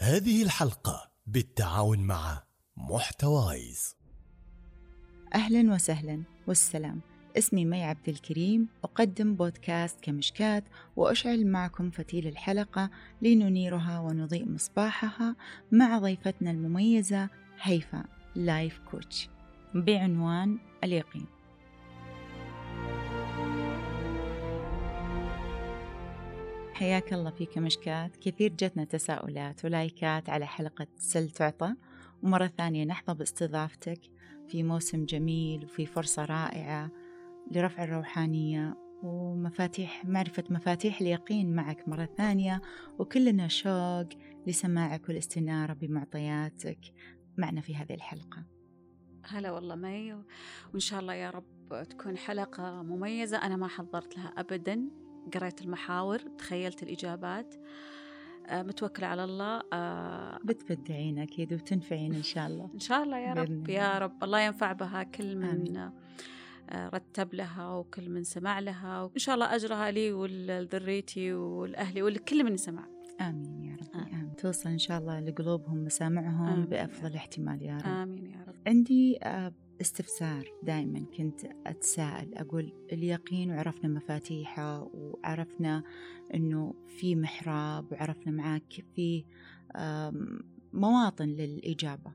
هذه الحلقة بالتعاون مع محتوايز. أهلا وسهلا والسلام. اسمي مي عبد الكريم، أقدم بودكاست كمشكات، وأشعل معكم فتيل الحلقة لننيرها ونضيء مصباحها مع ضيفتنا المميزة هيفاء لايف كوتش بعنوان اليقين. حياك الله في كمشكات. كثير جتنا تساؤلات ولايكات على حلقة سل تعطى، ومرة ثانية نحظى باستضافتك في موسم جميل وفي فرصة رائعة لرفع الروحانية ومفاتيح معرفة مفاتيح اليقين معك مرة ثانية، وكلنا شوق لسماعك والاستنارة بمعطياتك معنا في هذه الحلقة. هلا والله مي، وإن شاء الله يا رب تكون حلقة مميزة. أنا ما حضرت لها أبدا، قرأت المحاور، تخيلت الإجابات، متوكلة على الله. بتبدعين أكيد وتنفعين إن شاء الله. إن شاء الله يا رب يا رب. الله ينفع بها كل من رتب لها وكل من سمع لها، وإن شاء الله أجرها لي ولذريتي والأهلي ولكل من سمع. آمين يا رب. آمين. توصل إن شاء الله لقلوبهم مسامعهم بأفضل احتمال يا رب. آمين يا رب. عندي استفسار دائما كنت أتساءل، أقول اليقين وعرفنا مفاتيحه وعرفنا أنه في محراب وعرفنا معاك في مواطن للإجابة.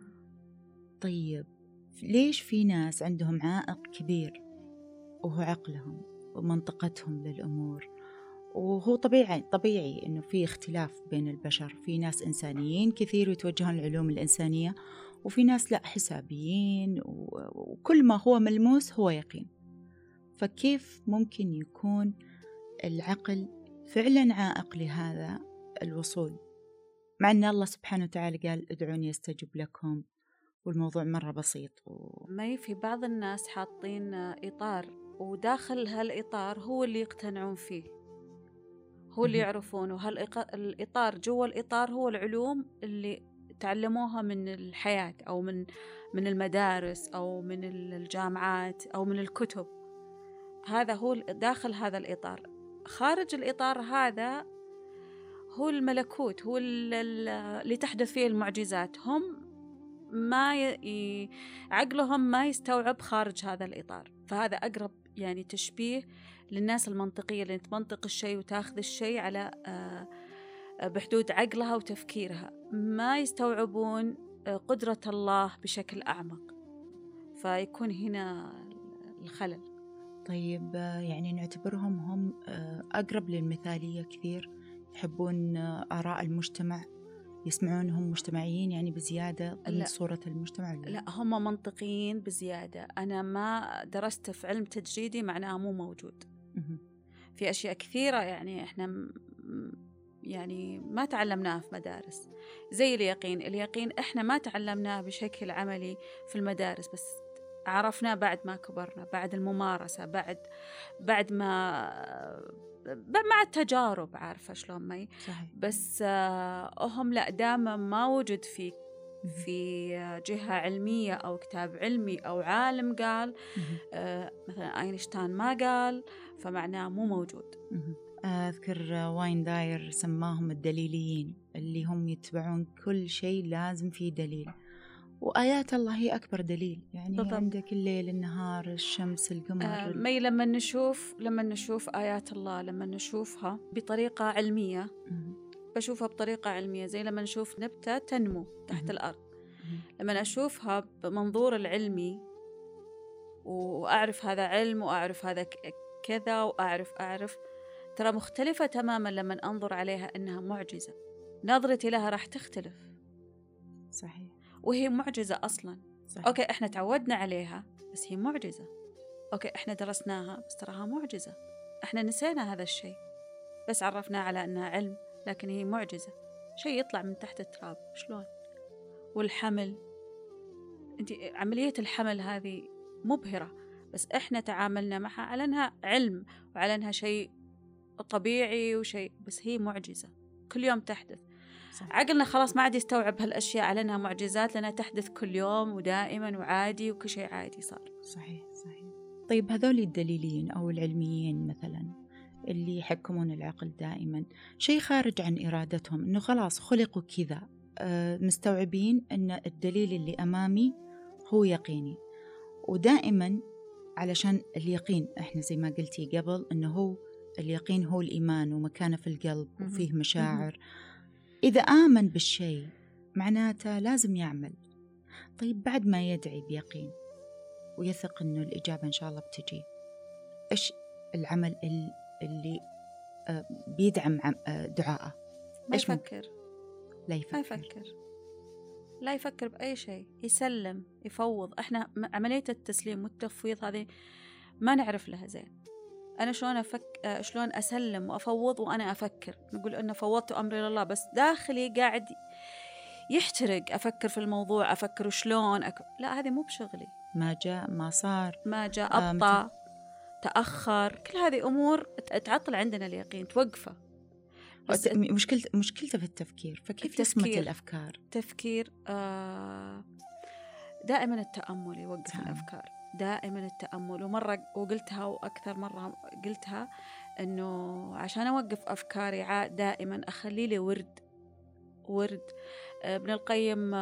طيب ليش في ناس عندهم عائق كبير وهو عقلهم ومنطقتهم للأمور؟ وهو طبيعي أنه في اختلاف بين البشر، في ناس إنسانيين كثير يتوجهون العلوم الإنسانية، وفي ناس لا، حسابيين، وكل ما هو ملموس هو يقين. فكيف ممكن يكون العقل فعلا عائق لهذا الوصول، مع أن الله سبحانه وتعالى قال ادعوني استجب لكم، والموضوع مرة بسيط ما في بعض الناس حاطين إطار، وداخل هالإطار هو اللي يقتنعون فيه، هو اللي يعرفونه. هالإطار جوا الإطار هو العلوم اللي تعلموها من الحياة أو من المدارس أو من الجامعات أو من الكتب. هذا هو داخل هذا الإطار. خارج الإطار هذا هو الملكوت، هو اللي تحدث فيه المعجزات. هم عقلهم ما يستوعب خارج هذا الإطار. فهذا أقرب يعني تشبيه للناس المنطقية اللي تمنطق الشيء وتاخذ الشيء على بحدود عقلها وتفكيرها، ما يستوعبون قدرة الله بشكل أعمق، فيكون هنا الخلل. طيب يعني نعتبرهم هم أقرب للمثالية كثير، يحبون آراء المجتمع، يسمعونهم مجتمعيين يعني بزيادة من صورة المجتمع؟ لا، هم منطقيين بزيادة. أنا ما درست في علم تجريدي معناه مو موجود. في أشياء كثيرة يعني إحنا يعني ما تعلمناها في مدارس، زي اليقين إحنا ما تعلمناه بشكل عملي في المدارس، بس عرفناه بعد ما كبرنا، بعد الممارسة، بعد ما مع التجارب، عارفة شلون مي؟ صحيح. بس هم لا، دائما ما وجد في جهة علمية أو كتاب علمي أو عالم قال مثلا أينشتاين ما قال، فمعناه مو موجود. أذكر واين داير سماهم الدليليين، اللي هم يتبعون كل شيء لازم فيه دليل، وآيات الله هي أكبر دليل. يعني بالضبط. عندك الليل، النهار، الشمس، القمر. مي لما نشوف آيات الله، لما نشوفها بطريقة علمية، بشوفها بطريقة علمية زي لما نشوف نبتة تنمو تحت الأرض. لما أشوفها بمنظور العلمي وأعرف هذا علم وأعرف هذا كذا وأعرف ترى مختلفة تماما. لما أنظر عليها إنها معجزة، نظرتي لها راح تختلف. صحيح. وهي معجزة أصلا. صحيح. أوكي إحنا تعودنا عليها بس هي معجزة. أوكي إحنا درسناها بس تراها معجزة. إحنا نسينا هذا الشيء بس عرفنا على أنها علم، لكن هي معجزة. شيء يطلع من تحت التراب شلون؟ والحمل، عملية الحمل هذه مبهرة، بس إحنا تعاملنا معها على أنها علم وعلى أنها شيء طبيعي وشيء، بس هي معجزة كل يوم تحدث. صحيح. عقلنا خلاص ما عاد يستوعب هالأشياء على أنها معجزات، لأنها تحدث كل يوم ودائما وعادي وكل شيء عادي صار. صحيح. طيب هذول الدليلين أو العلميين مثلا اللي يحكمون العقل دائما شيء خارج عن إرادتهم، إنه خلاص خلقوا كذا، مستوعبين أن الدليل اللي أمامي هو يقيني. ودائما علشان اليقين، إحنا زي ما قلتي قبل إنه هو اليقين هو الإيمان ومكانه في القلب وفيه مشاعر. إذا آمن بالشيء معناته لازم يعمل. طيب بعد ما يدعي بيقين ويثق إنه الإجابة إن شاء الله بتجي، إيش العمل اللي بيدعم دعائه؟ ما يفكر. لا يفكر بأي شيء، يسلم، يفوض. إحنا عملية التسليم والتفويض هذه ما نعرف لها زين. أنا شلون أسلم وأفوض وأنا أفكر؟ نقول إنه فوضت أمري لله، بس داخلي قاعد يحترق، أفكر في الموضوع، أفكر شلون لا، هذه مو بشغلي. ما جاء، ما صار، ما جاء، أبطأ، تأخر، كل هذه أمور تعطل عندنا اليقين، توقفه. مشكلته في التفكير. فكيف تصمت الأفكار؟ تفكير دائما التأمل يوقف الأفكار، دائما التأمل. وقلتها وأكثر مرة قلتها، إنه عشان أوقف أفكاري دائما أخلي لي ورد. ابن القيم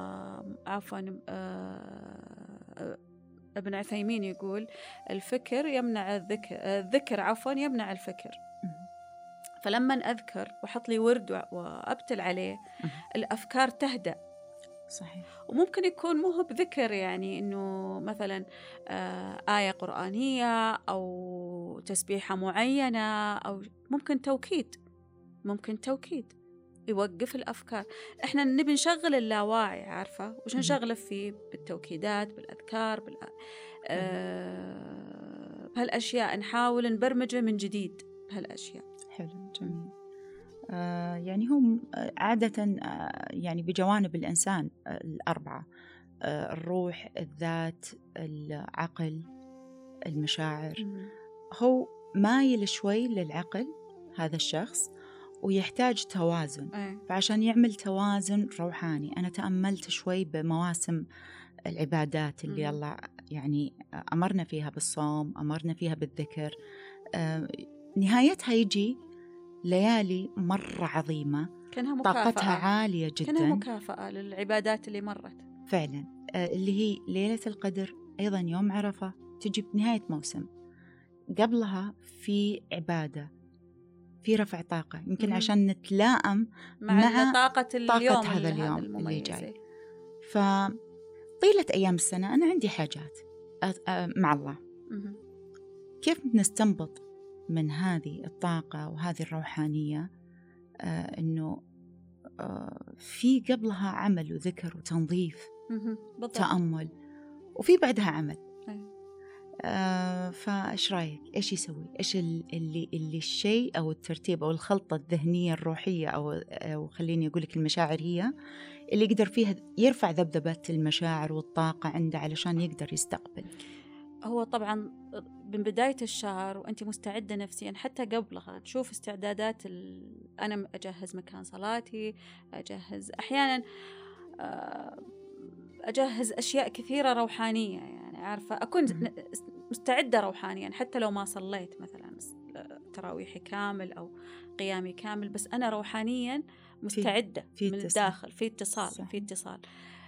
ابن عثيمين يقول الفكر يمنع الذكر يمنع الفكر. فلما أذكر وحط لي ورد وأبتل عليه الأفكار تهدأ. صحيح. وممكن يكون مو هو بذكر، يعني إنه مثلا آية قرآنية أو تسبيحة معينة، أو ممكن توكيد يوقف الأفكار. إحنا نبي نشغل اللاواعي، عارفة وش نشغله فيه؟ بالتوكيدات، بالأذكار، بهالأشياء نحاول نبرمجه من جديد بهالأشياء. حلو، جميل. يعني هم عادة يعني بجوانب الإنسان الأربعة، الروح، الذات، العقل، المشاعر، هو مايل شوي للعقل هذا الشخص، ويحتاج توازن. فعشان يعمل توازن روحاني، أنا تأملت شوي بمواسم العبادات اللي الله يعني أمرنا فيها بالصوم، أمرنا فيها بالذكر. نهايتها يجي ليالي مرة عظيمة، طاقتها عالية جدا، كانها مكافأة للعبادات اللي مرت فعلا، اللي هي ليلة القدر، أيضا يوم عرفة، تجي بنهاية موسم. قبلها في عبادة، في رفع طاقة، يمكن عشان نتلائم مع طاقة هذا اليوم اللي جاي. فطيلة أيام السنة أنا عندي حاجات مع الله. كيف نستنبط من هذه الطاقة وهذه الروحانية إنه في قبلها عمل وذكر وتنظيف، تأمل، وفي بعدها عمل. فإيش رأيك؟ إيش يسوي؟ إيش اللي الشيء أو الترتيب أو الخلطة الذهنية الروحية أو خليني أقولك المشاعر، هي اللي يقدر فيها يرفع ذبذبة المشاعر والطاقة عنده علشان يقدر يستقبل؟ هو طبعا من بداية الشهر وأنت مستعدة نفسيا، حتى قبلها تشوف استعدادات. أنا أجهز مكان صلاتي، أحيانا أجهز أشياء كثيرة روحانية، يعني عارفة أكون مستعدة روحانيا حتى لو ما صليت مثلا تراويحي كامل أو قيامي كامل، بس أنا روحانيا مستعدة من الداخل، في اتصال.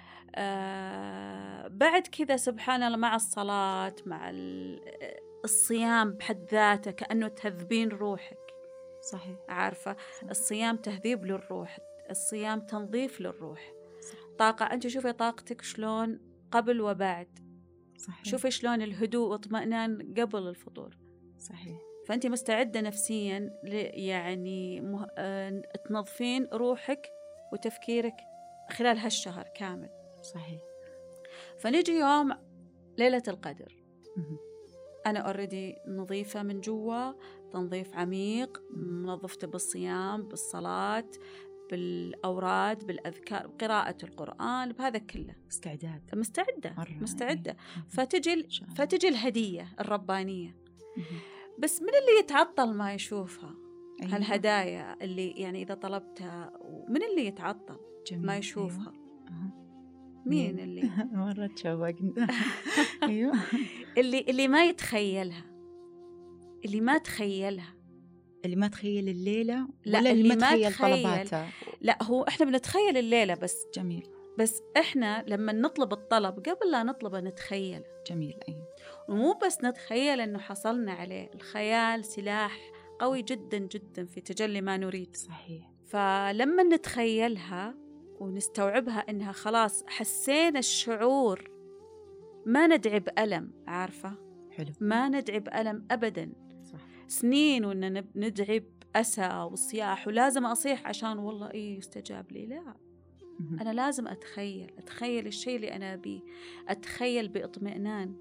بعد كذا سبحان الله، مع الصلاة، مع الصيام بحد ذاته كأنه تهذبين روحك. صحيح. عارفة الصيام تهذيب للروح، الصيام تنظيف للروح. طاقة، أنت شوفي طاقتك شلون قبل وبعد. صحيح. شوفي شلون الهدوء واطمئنان قبل الفطور. صحيح. فأنت مستعدة نفسيا يعني تنظفين روحك وتفكيرك خلال هالشهر كامل. صحيح. فنجي يوم ليلة القدر، أنا أوريدي نظيفة من جوا، تنظيف عميق، منظفته بالصيام، بالصلاة، بالأوراد، بالأذكار، بقراءة القرآن، بهذا كله. مستعدة. فتجي الهدية الربانية. بس من اللي يتعطل ما يشوفها؟ أيوة. هالهدايا اللي يعني إذا طلبتها، من اللي يتعطل ما يشوفها؟ مين اللي مرة تشوقنا. أيوة. اللي ما يتخيلها، اللي ما تخيلها. اللي ما تخيل الليلة لا، ولا اللي ما تخيل تخيل طلباته؟ لا، هو إحنا بنتخيل الليلة بس. جميل. بس إحنا لما نطلب الطلب قبل لا نطلبه نتخيل. جميل. أي. ومو بس نتخيل إنه حصلنا عليه. الخيال سلاح قوي جدا جدا في تجلي ما نريد. صحيح. فلما نتخيلها ونستوعبها إنها خلاص حسينا الشعور، ما ندعي بألم، عارفة؟ حلو. ما ندعي بألم أبدا. صح. سنين وإننا ندعي بأسى وصياح ولازم أصيح عشان والله إيه يستجاب لي. لا، أنا لازم أتخيل الشيء اللي أنا أبيه، أتخيل باطمئنان.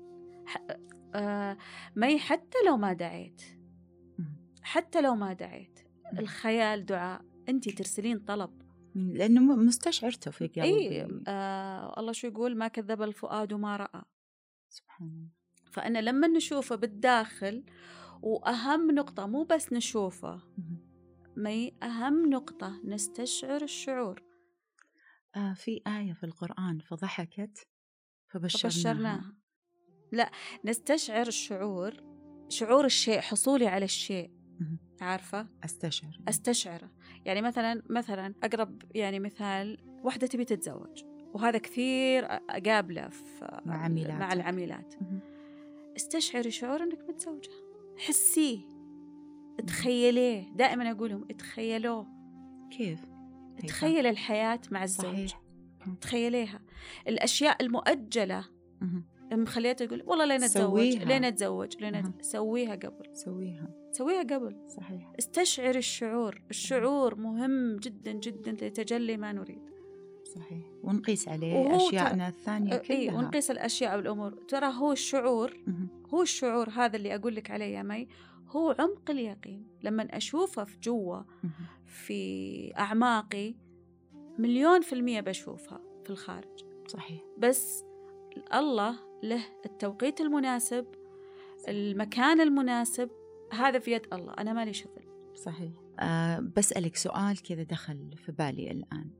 حتى لو ما دعيت، حتى لو ما دعيت، الخيال دعاء. أنت ترسلين طلب لأنه مستشعرته في قلبي. الله شو يقول؟ ما كذب الفؤاد ما رأى. سبحان الله. فأنا لما نشوفه بالداخل، وأهم نقطة مو بس نشوفه، أهم نقطة نستشعر الشعور. في آية في القرآن فضحكت فبشرناها. لا، نستشعر الشعور، شعور الشيء، حصولي على الشيء. عارفة؟ أستشعره. يعني مثلا أقرب يعني مثال، واحدة تبي تتزوج، وهذا كثير أقابله مع العميلات. استشعري شعور أنك متزوجة، حسيه، تخيليه. دائما أقولهم اتخيلوه. كيف؟ تخيل الحياة مع الزوج. صحيح. تخيليها. الأشياء المؤجلة مخليتها تقول والله لين أتزوج سويها قبل. صحيح. استشعر الشعور مهم جدا جدا لتجلي ما نريد. صحيح. ونقيس عليه أشياءنا الثانية كلها. ونقيس الأشياء والأمور. ترى هو الشعور هذا اللي أقول لك عليه يا مي، هو عمق اليقين. لما أشوفه في جوا في أعماقي 1,000,000% بشوفها في الخارج. صحيح. بس الله له التوقيت المناسب، المكان المناسب، هذا في يد الله، أنا مالي شغل. صحيح. بسألك سؤال كذا دخل في بالي الآن.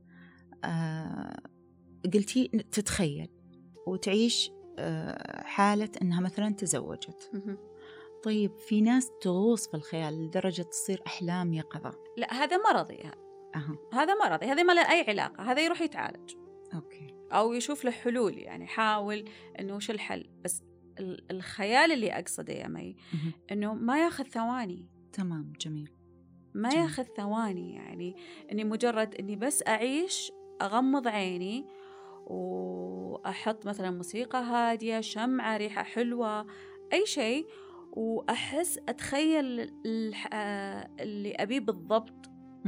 قلتي تتخيل وتعيش حالة أنها مثلا تزوجت. طيب في ناس تغوص في الخيال لدرجة تصير أحلام يقظة. لا، هذا مرضي. هذا مرضي، هذا ما له أي علاقة. هذا يروح يتعالج. أوكي. أو يشوف له حلول، يعني حاول إنه وش الحل. بس الخيال اللي أقصده يا مي إنه ما ياخذ ثواني. تمام. جميل. ما ياخذ ثواني، يعني إني مجرد إني بس أعيش، أغمض عيني وأحط مثلا موسيقى هادية، شمعة، ريحة حلوة، أي شيء، وأحس أتخيل اللي أبيه بالضبط.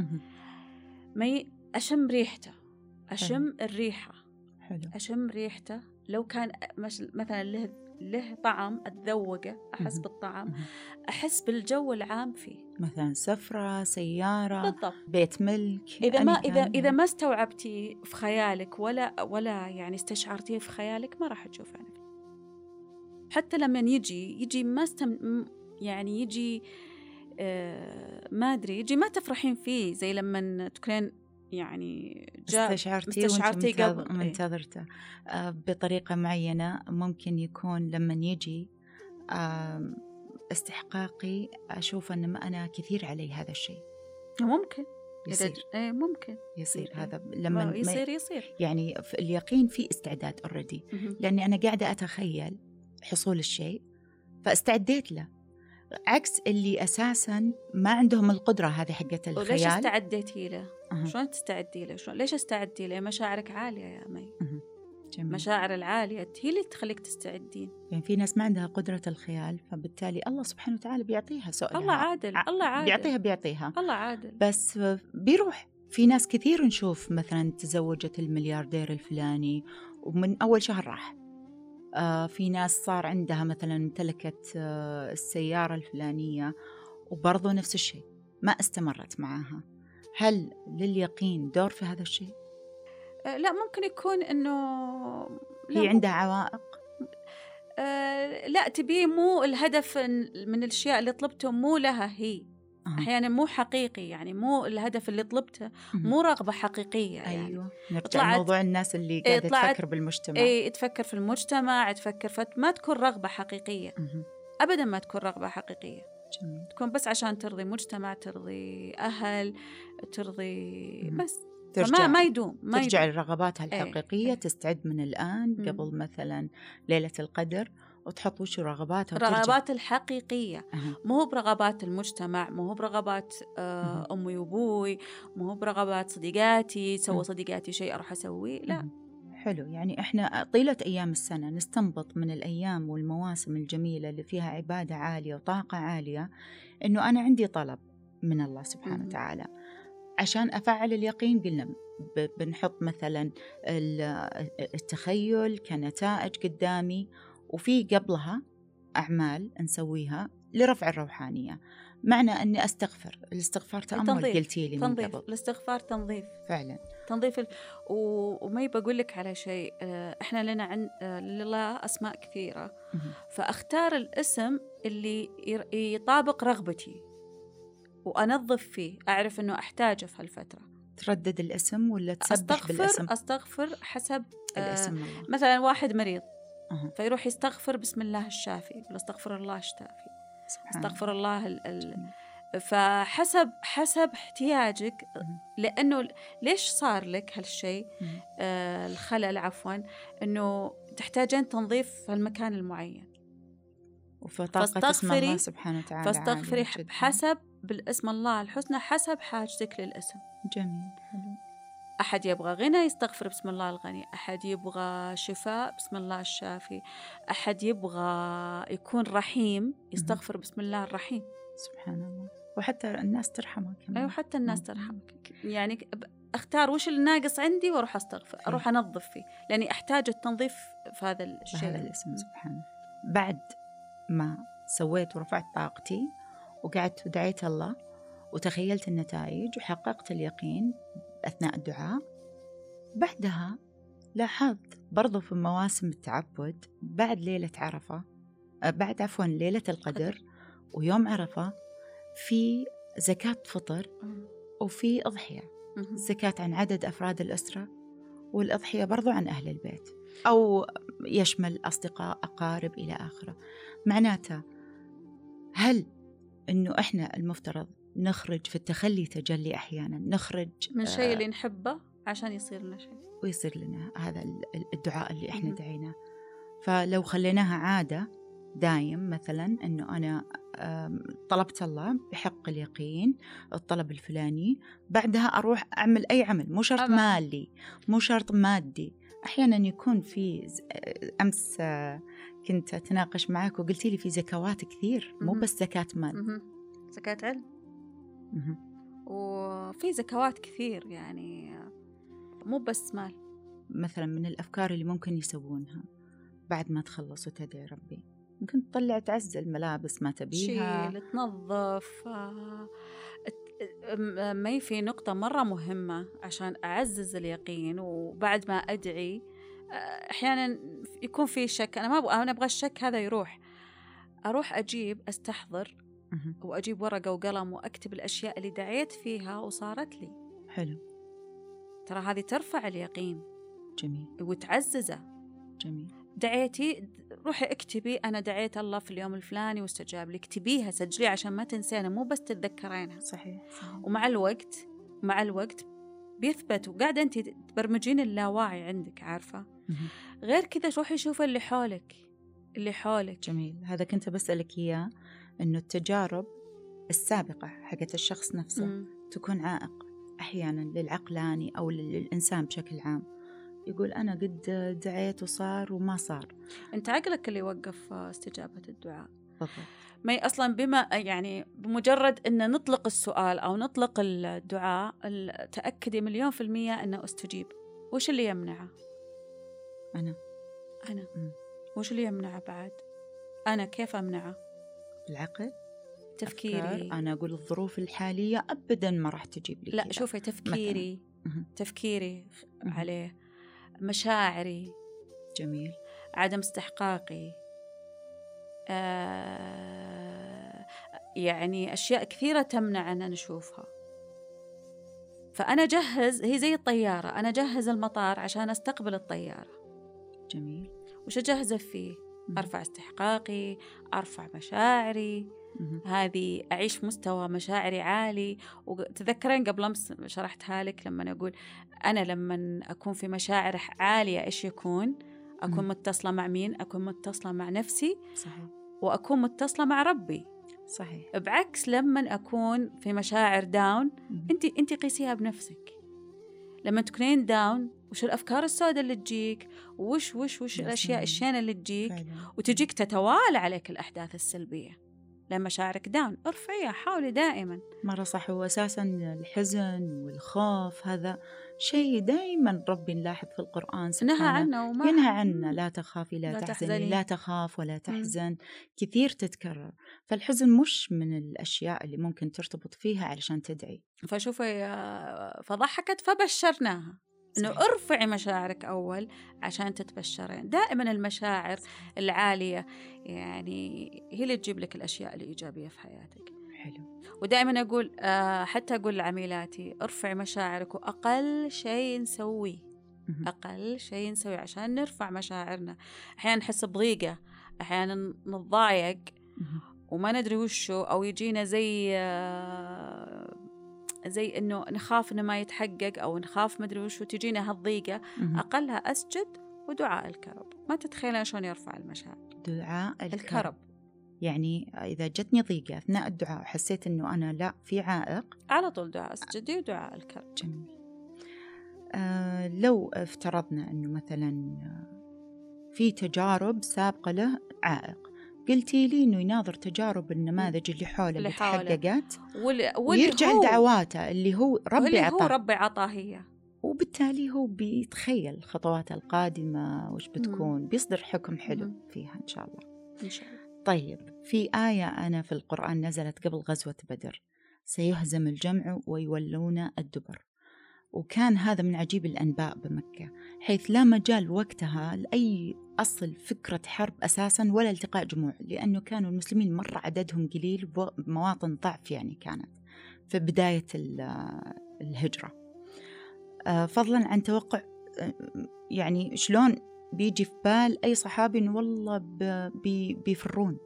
أشم ريحته، أشم الريحة. حلو. أشم ريحته. لو كان مثلا له طعم أتذوقه، أحس بالطعم، أحس بالجو العام فيه، مثلا سفرة، سيارة، بالضبط، بيت ملك. إذا ما استوعبتي في خيالك ولا يعني استشعرتيه في خيالك، ما راح تشوفه. حتى لما يجي ما يعني يجي ما أدري، يجي ما تفرحين فيه زي لما تكونين يعني استشعرتي قبل منتظرته بطريقة معينة. ممكن يكون لما يجي استحقاقي أشوف أن ما أنا كثير علي هذا الشيء. ممكن يصير. ممكن يصير هذا لما يصير يعني في اليقين في استعداد أوريدي، لأني أنا قاعدة أتخيل حصول الشيء فاستعديت له، عكس اللي أساساً ما عندهم القدرة هذه حقة الخيال. وليش استعديتي له؟ شلون تستعدي له؟ ليش استعدي له؟ مشاعرك عالية يا مي. مشاعر العالية هي اللي تخليك تستعدين. يعني في ناس ما عندها قدرة الخيال، فبالتالي الله سبحانه وتعالى بيعطيها سؤالها. الله عادل. بيعطيها الله عادل. بس بيروح. في ناس كثير نشوف مثلاً تزوجت الملياردير الفلاني ومن أول شهر راح. في ناس صار عندها مثلا امتلكت السيارة الفلانية وبرضو نفس الشيء ما استمرت معها. هل لليقين دور في هذا الشيء؟ لا، ممكن يكون إنه هي عندها عوائق. لا، تبيه مو الهدف من الأشياء اللي طلبته مو لها هي. أحيانا مو حقيقي، يعني مو الهدف اللي طلبته، مو رغبة حقيقية. يعني أيوة. نرجع موضوع الناس اللي قاعدة تفكر بالمجتمع. تفكر في المجتمع، تفكر ما تكون رغبة حقيقية. أبدا ما تكون رغبة حقيقية. جميل. تكون بس عشان ترضي مجتمع، ترضي أهل، ترضي بس ترجع ما يدوم. ترجع لرغباتها الحقيقية. تستعد من الآن قبل مثلا ليلة القدر وتحط وش رغباتها رغبات الحقيقية. مو هو برغبات المجتمع، مو هو برغبات أمي وأبوي، مو هو برغبات صديقاتي، سوى صديقاتي شيء أروح أسويه، لا. حلو. يعني إحنا طيلة أيام السنة نستنبط من الأيام والمواسم الجميلة اللي فيها عبادة عالية وطاقة عالية إنه أنا عندي طلب من الله سبحانه وتعالى. عشان أفعل اليقين قلنا بنحط مثلا التخيل كنتائج قدامي، وفي قبلها أعمال نسويها لرفع الروحانية. معنى أني أستغفر، الاستغفار تأمل قلتي لي من قبل. الاستغفار تنظيف فعلا، تنظيف وما يبقول لك على شيء. إحنا لنا لله أسماء كثيرة، فأختار الاسم اللي يطابق رغبتي وأنظف فيه، أعرف أنه أحتاجه في هالفترة. تردد الاسم ولا تسبح بالاسم؟ أستغفر حسب الاسم الله. مثلا واحد مريض فيروح يستغفر بسم الله الشافي، ولا استغفر الله الشافي، استغفر الله فحسب احتياجك. لأنه ليش صار لك هالشيء الخلل عفوا، أنه تحتاجين تنظيف في المكان المعين، وفطاقة اسم الله سبحانه وتعالى. فاستغفري حسب بالاسم الله الحسنى حسب حاجتك للاسم. جميل. أحد يبغى غنى يستغفر بسم الله الغني، أحد يبغى شفاء بسم الله الشافي، أحد يبغى يكون رحيم يستغفر بسم الله الرحيم. سبحان الله. وحتى الناس ترحمك كمان. أيوة، حتى الناس ترحمك. يعني أختار وش الناقص عندي وأروح أستغفر، أروح أنظف فيه، لأني أحتاج التنظيف في هذا الشيء، هذا الاسم. سبحانه. بعد ما سويت ورفعت طاقتي وقعدت ودعيت الله وتخيلت النتائج وحققت اليقين أثناء الدعاء، بعدها لاحظت برضو في مواسم التعبد بعد ليلة عرفة، بعد عفوا ليلة القدر ويوم عرفة، في زكاة فطر وفي أضحية. الزكاة عن عدد أفراد الأسرة، والأضحية برضو عن أهل البيت، أو يشمل أصدقاء أقارب إلى آخره. معناته هل إنه إحنا المفترض نخرج في التخلي تجلي أحيانا، نخرج من شيء اللي نحبه عشان يصير لنا شيء ويصير لنا هذا الدعاء اللي إحنا دعيناه. فلو خليناها عادة دايم، مثلا إنه أنا طلبت الله بحق اليقين الطلب الفلاني، بعدها أروح أعمل أي عمل، مو شرط مالي، مو شرط مادي. أحيانا يكون في أمس كنت أتناقش معك وقلتي لي في زكوات كثير، مو بس زكاة مال، زكاة علم، وفي زكوات كثير، يعني مو بس مال. مثلا من الأفكار اللي ممكن يسوونها بعد ما تخلص وتدعي ربي، ممكن تطلع تعزل الملابس ما تبيها، شيل تنظف. ما في نقطة مرة مهمة عشان أعزز اليقين. وبعد ما أدعي أحيانا يكون في شك، أنا أبغى الشك هذا يروح، أروح أجيب أستحضر وأجيب ورقة وقلم وأكتب الأشياء اللي دعيت فيها وصارت لي. حلو. ترى هذه ترفع اليقين. جميل. وتعززه. جميل. دعيتي، روحي اكتبي أنا دعيت الله في اليوم الفلاني واستجاب لي، اكتبيها، سجليها عشان ما تنسينا، مو بس تتذكرينها. صحيح. ومع الوقت بيثبت، وقاعدة أنت تبرمجين اللاواعي عندك، عارفة. غير كذا روحي شوفي اللي حولك. جميل. هذا كنت بسألك إياه، إنه التجارب السابقة حقت الشخص نفسه تكون عائق أحيانا للعقلاني أو للإنسان بشكل عام، يقول أنا قد دعيت وصار وما صار. أنت عقلك اللي يوقف استجابة الدعاء. بالضبط. ما أصلا بما يعني بمجرد أن نطلق السؤال أو نطلق الدعاء، تأكدي 100% أنه استجيب. وش اللي يمنعه؟ أنا. وش اللي يمنعه بعد؟ أنا كيف أمنعه؟ بالعقل، تفكيري. أنا أقول الظروف الحالية أبدا ما راح تجيب لي. لا شوفي، تفكيري عليه، مشاعري. جميل. عدم استحقاقي، يعني أشياء كثيرة تمنع أن نشوفها. فأنا جهز، هي زي الطيارة، أنا جهز المطار عشان أستقبل الطيارة. جميل. وش أجهزه فيه؟ أرفع استحقاقي، أرفع مشاعري، هذه أعيش مستوى مشاعري عالي. وتذكرين قبل أمس شرحتها لك لما أقول أنا لما أكون في مشاعر عالية إيش يكون؟ أكون متصلة مع مين؟ أكون متصلة مع نفسي. صحيح. وأكون متصلة مع ربي. صحيح. بعكس لما أكون في مشاعر داون، أنت قيسيها بنفسك. لما تكونين داون وش الأفكار السوداء اللي تجيك، وش الأشياء الشينة اللي تجيك فعلا. وتجيك تتوالى عليك الأحداث السلبية. لما مشاعرك داون ارفعيها، حاولي دائما. مرة صح. وأساسا الحزن والخوف هذا شيء دائما ربي نلاحظ في القرآن نهى عنه ينهى عنه. لا تخافي لا تحزني، لا تخاف ولا تحزن، كثير تتكرر. فالحزن مش من الأشياء اللي ممكن ترتبط فيها علشان تدعي. فشوفي فضحكت فبشرناها إنه ارفعي مشاعرك أول عشان تتبشرين. دائما المشاعر العالية يعني هي اللي تجيب لك الأشياء الإيجابية في حياتك. حلو. ودائما أقول حتى أقول لعميلاتي ارفعي مشاعرك، وأقل شيء نسويه أقل شيء نسويه عشان نرفع مشاعرنا. أحيانا نحس بضيقة، أحيانا نتضايق وما ندري وشو، أو يجينا زي إنه نخاف إنه ما يتحقق، أو نخاف مدري وش، وتجينا هالضيقة. أقلها أسجد ودعاء الكرب. ما تتخيلين شلون يرفع المشاعر دعاء الكرب. يعني إذا جتني ضيقة أثناء الدعاء وحسيت إنه أنا لا في عائق، على طول دعاء اسجدي ودعاء الكرب. جميل. لو افترضنا إنه مثلا في تجارب سابقة له عائق، قلتي لي إنه يناظر تجارب النماذج اللي حوله اللي تحققت ويرجع لدعواته اللي هو ربي عطاه، هو ربي عطاه هي، وبالتالي هو بيتخيل الخطوات القادمة وش بتكون، بيصدر حكم حلو فيها إن شاء الله. إن شاء الله. طيب، في آية أنا في القرآن نزلت قبل غزوة بدر: سيهزم الجمع ويولون الدبر. وكان هذا من عجيب الأنباء بمكة، حيث لا مجال وقتها لأي أصل فكرة حرب أساساً ولا التقاء جموع، لأنه كانوا المسلمين مرة عددهم قليل ومواطن ضعف يعني كانت في بداية الهجرة. فضلاً عن توقع يعني شلون بيجي في بال أي صحابي إنه والله بيفرون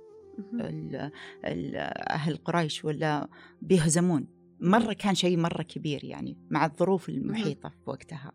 أهل قريش ولا بيهزمون. مرة كان شيء مرة كبير يعني مع الظروف المحيطة في وقتها.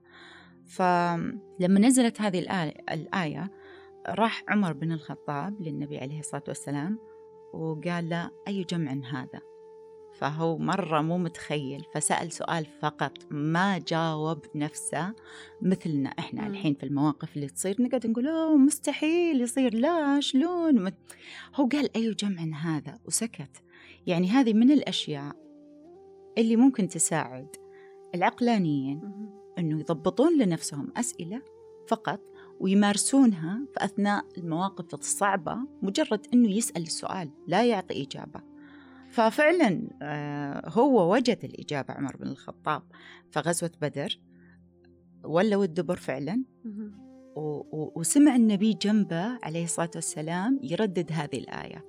فلما نزلت هذه الآية راح عمر بن الخطاب للنبي عليه الصلاة والسلام وقال له: أي جمع هذا؟ فهو مرة مو متخيل، فسأل سؤال فقط، ما جاوب نفسه مثلنا إحنا الحين في المواقف اللي تصير نقعد نقول مستحيل يصير، لا شلون. هو قال: أي جمع هذا؟ وسكت. يعني هذه من الأشياء اللي ممكن تساعد العقلانيين أنه يضبطون لنفسهم أسئلة فقط ويمارسونها في أثناء المواقف الصعبة، مجرد أنه يسأل السؤال لا يعطي إجابة. ففعلا هو وجد الإجابة عمر بن الخطاب في غزوة بدر، ولوا الدبر فعلا، وسمع النبي جنبه عليه الصلاة والسلام يردد هذه الآية.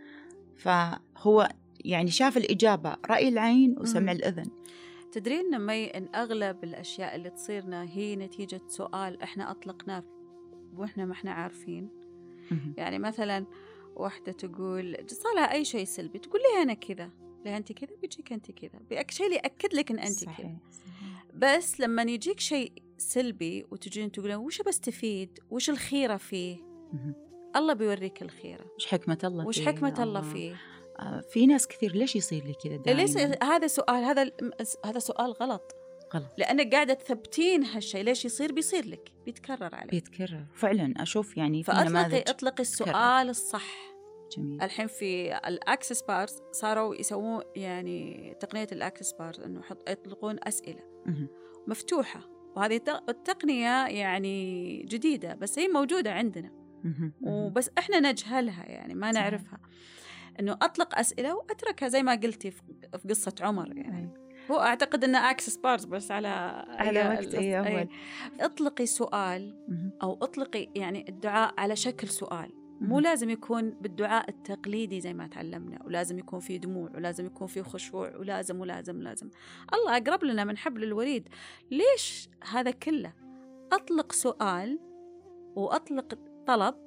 فهو يعني شاف الإجابة رأي العين وسمع الأذن. تدرين إن أغلب الأشياء اللي تصيرنا هي نتيجة سؤال إحنا أطلقناه وإحنا ما إحنا عارفين. يعني مثلا واحدة تقول صالها أي شيء سلبي، تقول لي أنا كذا، ليه أنت كذا؟ بيجيك أنت كذا، شيء اللي يأكد لك إن أنت كذا. بس لما يجيك شيء سلبي وتجين تقولين وش بستفيد، وش الخيرة فيه، الله بيوريك الخيرة، وش حكمة الله وش حكمة الله فيه. في ناس كثير ليش يصير لي كذا دائما؟ ليش هذا سؤال، هذا سؤال غلط. لأنك قاعدة تثبتين هالشيء، ليش يصير؟ بيصير لك، بيتكرر عليك، بيتكرر فعلا. أشوف يعني فأطلقي السؤال الصح. جميل. الحين في الأكسس بارز صاروا يسوون يعني تقنية الأكسس بارز إنه يطلقون أسئلة مفتوحة، وهذه التقنية يعني جديدة بس هي موجودة عندنا وبس إحنا نجهلها يعني ما نعرفها. إنه أطلق أسئلة وأتركها زي ما قلتي في قصة عمر يعني. هو أعتقد إنه أكسس بارز بس على وقت أول. اطلقي سؤال أو اطلقي يعني الدعاء على شكل سؤال، مو لازم يكون بالدعاء التقليدي زي ما تعلمنا، ولازم يكون فيه دموع، ولازم يكون فيه خشوع، ولازم الله أقرب لنا من حبل الوريد. ليش هذا كله؟ أطلق سؤال وأطلق طلب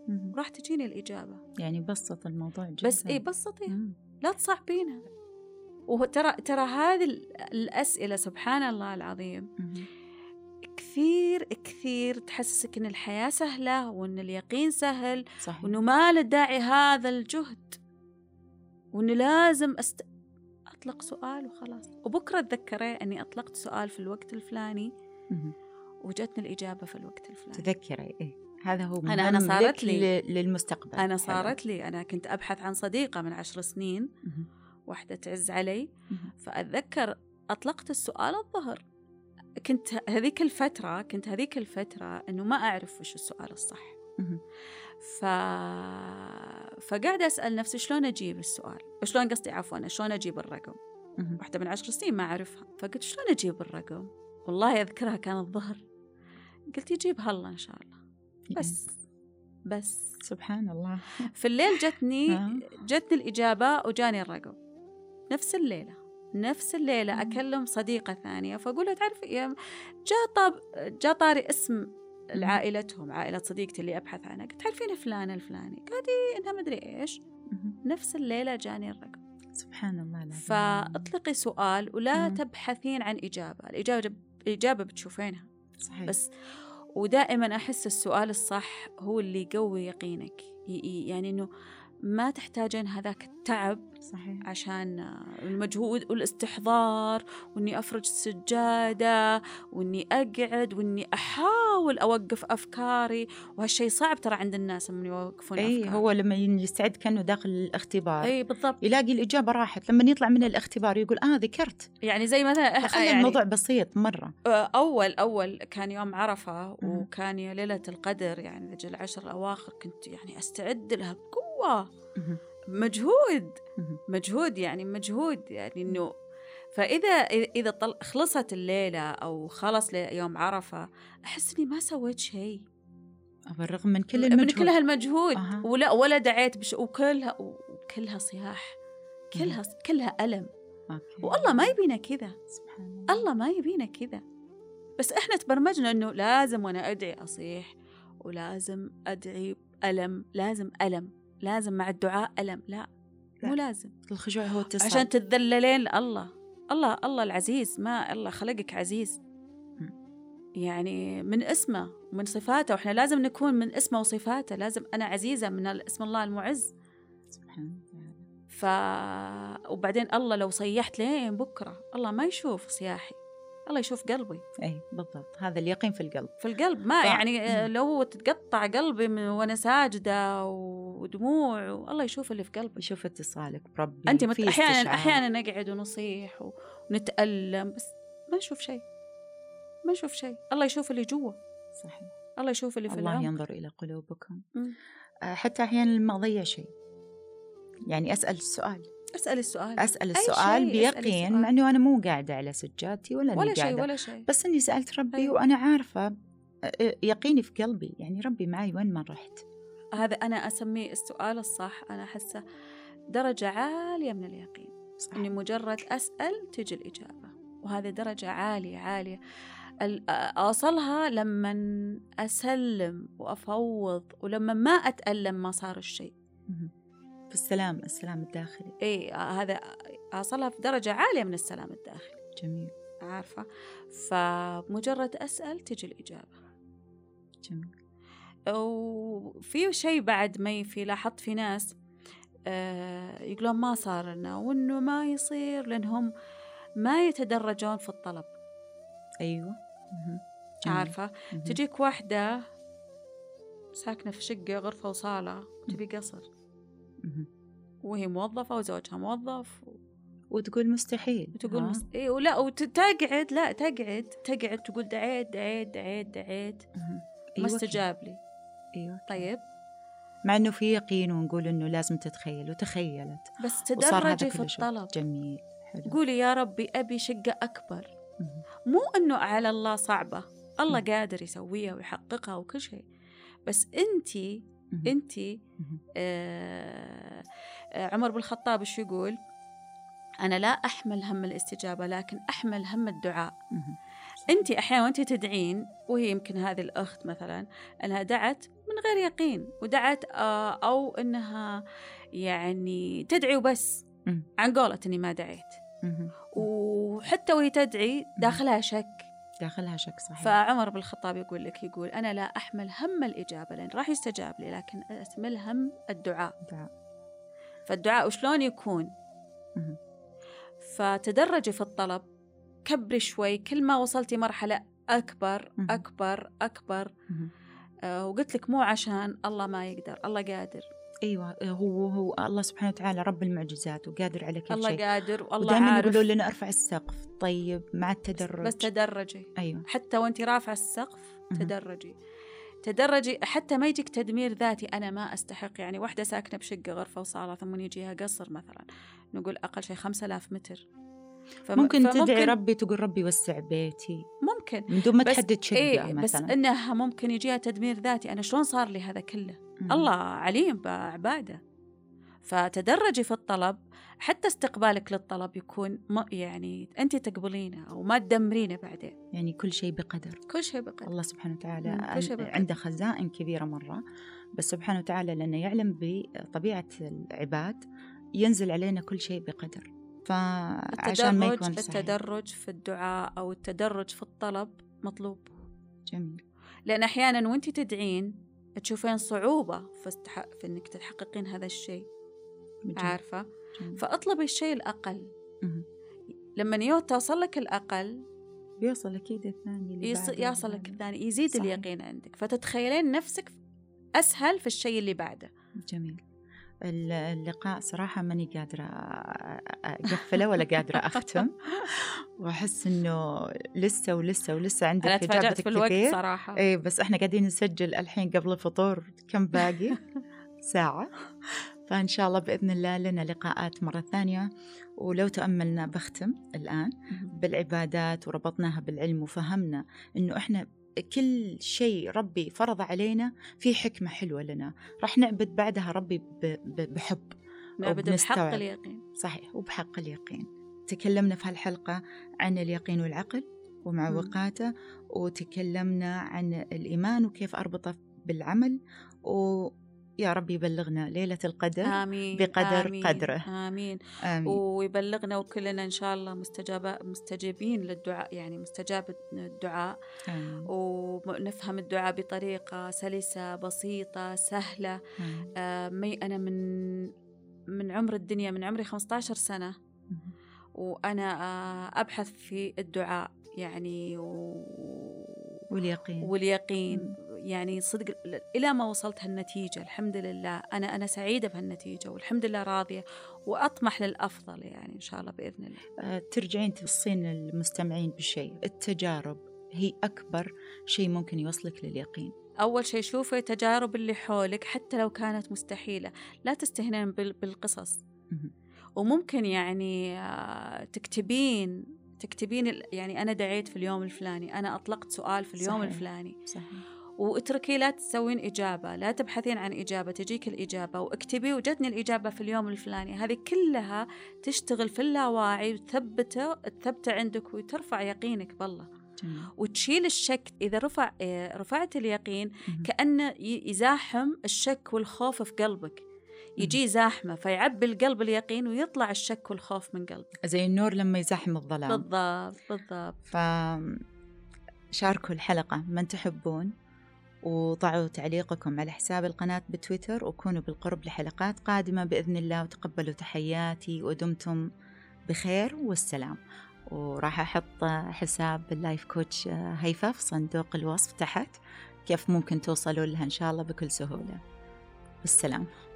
وراح تجيني الإجابة. يعني بسط الموضوع جدا. بس بسطيها، لا تصعبينها. ترى هذه الأسئلة سبحان الله العظيم كثير كثير تحسسك إن الحياة سهلة وإن اليقين سهل. صحيح. وإنه ما له داعي هذا الجهد، وإنه لازم أطلق سؤال وخلاص، وبكرة أتذكره أني أطلقت سؤال في الوقت الفلاني وجتني الإجابة في الوقت الفلاني. تذكري إيه هذا هو أنا صارت لي للمستقبل. أنا صارت لي أنا كنت أبحث عن صديقة من 10 سنين، واحدة تعز علي، فأتذكر أطلقت السؤال الظهر. كنت هذيك الفترة إنه ما أعرف وش السؤال الصح. فقاعدة أسأل نفسي شلون أجيب السؤال، شلون أجيب الرقم. واحدة من 10 سنين ما أعرفها، فقلت شلون أجيب الرقم. والله أذكرها كان الظهر، قلت يجيبها الله إن شاء الله. بس سبحان الله. في الليل جتني الإجابة وجاني الرقم نفس الليلة. أكلم صديقة ثانية فأقولها تعرفي جاء طاري اسم عائلتهم، عائلة صديقتي اللي أبحث عنها، قلت تعرفين فلانة الفلاني، قالت إنها مدري إيش. نفس الليلة جاني الرقم. سبحان الله العظيم. فأطلقي سؤال ولا تبحثين عن إجابة. الإجابة بتشوفينها. صحيح. بس ودائما أحس السؤال الصح هو اللي يقوي يقينك، يعني إنه ما تحتاجين هذاك التعب. صحيح. عشان المجهود والاستحضار، وإني أفرج السجادة، وإني أقعد، وإني أحاول أوقف أفكاري. وهالشيء صعب ترى عند الناس من يوقفون أفكار. هو لما يستعد كأنه داخل الاختبار. بالضبط. يلاقي الإجابة راحت، لما يطلع من الاختبار يقول ذكرت. يعني زي مثلا خلي الموضوع بسيط مرة. أول كان يوم عرفة، وكان ليلة القدر، يعني لجل 10 الأواخر، كنت يعني أستعد لها بقوة. مجهود يعني إنه. فإذا خلصت الليلة أو خلص يوم عرفة، أحس إني ما سويت شيء بالرغم من كل المجهود، من كل هالمجهود. ولا دعيت وكلها صياح، كلها ألم. والله ما يبينا كذا. سبحان الله ما يبينا كذا. بس إحنا تبرمجنا إنه لازم وأنا أدعي أصيح، ولازم أدعي ألم، لازم مع الدعاء ألم. لا. مو لازم. الخشوع هو التصال، عشان تتذللين الله العزيز. ما الله خلقك عزيز، يعني من اسمه ومن صفاته، وإحنا لازم نكون من اسمه وصفاته. لازم أنا عزيزة من اسم الله المعز سبحانه. وبعدين الله لو صيحت لين بكرة، الله ما يشوف صياحي، الله يشوف قلبي. أي بالضبط، هذا اليقين في القلب. ما يعني لو تتقطع قلبي وأنا ساجدة ودموع، والله يشوف اللي في قلبي، يشوف اتصالك بربي. أنت أحيانا نقعد ونصيح ونتألم، بس ما نشوف شيء. الله يشوف اللي جوا. صحيح. الله يشوف اللي في العمق. الله ينظر إلى قلوبكم. حتى أحيانا ما أضيع شيء، يعني أسأل السؤال بيقين، مع أنه أنا مو قاعدة على سجادتي ولا شيء، بس أني سألت ربي وأنا عارفة يقيني في قلبي، يعني ربي معي وين ما رحت. هذا أنا أسميه السؤال الصح. أنا أحسه درجة عالية من اليقين. صح. إني مجرد أسأل تجي الإجابة، وهذه درجة عالية أوصلها لما أسلم وأفوض، ولما ما أتألم ما صار الشيء. في السلام الداخلي. هذا أصلها في درجة عالية من السلام الداخلي. جميل. عارفة، فمجرد أسأل تجي الإجابة. جميل. وفي شيء بعد ما لاحظت في ناس يقولون ما صار لنا، وإنه ما يصير لأنهم ما يتدرجون في الطلب. أيوة. عارفة، تجيك واحدة ساكنة في شقة غرفة وصالة وتبي قصر، وهي موظفة وزوجها موظف، وتقول مستحيل، وتقول ولا تقعد تقول دعيت ما استجاب لي. أيوة. طيب، مع أنه في يقين، ونقول أنه لازم تتخيل، وتخيلت، بس تدرجي في الطلب. جميل. حلو. قولي يا ربي أبي شقة أكبر. مو أنه على الله صعبة، الله قادر يسويها ويحققها وكل شيء، بس أنتي عمر بن الخطاب إيش يقول؟ أنا لا أحمل هم الاستجابة، لكن أحمل هم الدعاء. أنت أحيانا وأنت تدعين، وهي يمكن هذه الأخت مثلا أنها دعت من غير يقين، ودعت أو أنها يعني تدعي وبس عن قولة أني ما دعيت، وحتى وهي تدعي داخلها شك. صحيح. فعمر بن الخطاب يقول أنا لا أحمل هم الإجابة لأن راح يستجاب لي، لكن أحمل هم الدعاء. فالدعاء وشلون يكون؟ فتدرجي في الطلب، كبري شوي، كل ما وصلتي مرحلة أكبر أكبر أكبر. وقلت لك مو عشان الله ما يقدر، الله قادر. أيوة، هو الله سبحانه وتعالى رب المعجزات وقادر على كل شيء. الله قادر والله ودائما عارف. يقولون لنا ارفع السقف، طيب مع التدرج بس تدرجي. أيوة. حتى وانت رافعة السقف تدرجي حتى ما يجيك تدمير ذاتي. أنا ما أستحق، يعني واحدة ساكنة بشقة غرفة وصالة ثم يجيها قصر مثلا، نقول أقل شيء 5000 متر. ممكن تدعي ربي، تقول ربي وسع بيتي، ممكن من دون ما تحدد شقة مثلا. بس إنها ممكن يجيها تدمير ذاتي. أنا شلون صار لي هذا كله؟ الله عليم بعباده. فتدرجي في الطلب، حتى استقبالك للطلب يكون يعني أنت تقبلينه أو ما تدمرينه بعدين. يعني كل شيء بقدر. الله سبحانه وتعالى عنده خزائن كبيرة مرة، بس سبحانه وتعالى لأنه يعلم بطبيعة العباد ينزل علينا كل شيء بقدر. فعشان ما يكون صحيح. التدرج في الدعاء أو التدرج في الطلب مطلوب. جميل. لأن أحيانا وانت تدعين تشوفين صعوبة في إنك تحققين هذا الشيء. عارفة؟ فأطلبي الشيء الأقل. لما توصل لك الأقل بيوصل أكيد الثاني، يوصل لك الثاني، يزيد صحيح. اليقين عندك، فتتخيلين نفسك أسهل في الشيء اللي بعده. جميل. اللقاء صراحة ماني قادرة أقفله ولا قادرة أختم، وأحس إنه لسه عندك إجابتك كثير صراحة. إيه، بس إحنا قاعدين نسجل الحين قبل الفطور، كم باقي؟ ساعة. فإن شاء الله بإذن الله لنا لقاءات مرة ثانية. ولو تأملنا بختم الآن بالعبادات وربطناها بالعلم وفهمنا إنه إحنا كل شيء ربي فرض علينا في حكمة حلوة لنا، راح نعبد بعدها ربي بحب، نعبد بحق اليقين. صحيح، وبحق اليقين. تكلمنا في هالحلقة عن اليقين والعقل ومعوقاته، وتكلمنا عن الإيمان وكيف أربطه بالعمل، يا رب يبلغنا ليلة القدر آمين. بقدر آمين. قدره. آمين. ويبلغنا وكلنا إن شاء الله مستجابين للدعاء، يعني مستجاب الدعاء. آمين. ونفهم الدعاء بطريقة سلسة بسيطة سهلة. أنا من عمر الدنيا، من عمري 15 سنة وأنا أبحث في الدعاء يعني واليقين يعني صدق إلى ما وصلت هالنتيجة. الحمد لله أنا سعيدة بهالنتيجة، والحمد لله راضية وأطمح للأفضل يعني إن شاء الله بإذن الله. ترجعين توصين المستمعين بشيء، التجارب هي أكبر شيء ممكن يوصلك لليقين. أول شيء شوفي تجارب اللي حولك حتى لو كانت مستحيلة، لا تستهينين بالقصص. وممكن يعني تكتبين يعني أنا دعيت في اليوم الفلاني، أنا أطلقت سؤال في اليوم صحيح. الفلاني. صحيح. واتركي، لا تسوين إجابة، لا تبحثين عن إجابة، تجيك الإجابة واكتبي وجدني الإجابة في اليوم الفلاني. هذه كلها تشتغل في اللاواعي وتثبت عندك وترفع يقينك بالله. وتشيل الشك. إذا رفعت اليقين كأنه يزاحم الشك والخوف في قلبك، يجي زاحمة فيعبي القلب اليقين ويطلع الشك والخوف من قلبك، زي النور لما يزاحم الظلام. بالضبط. فشاركوا الحلقة من تحبون، وضعوا تعليقكم على حساب القناة بتويتر، وكونوا بالقرب لحلقات قادمة بإذن الله، وتقبلوا تحياتي ودمتم بخير والسلام. وراح أحط حساب اللايف كوتش هيفا في صندوق الوصف تحت، كيف ممكن توصلوا لها إن شاء الله بكل سهولة. بالسلام.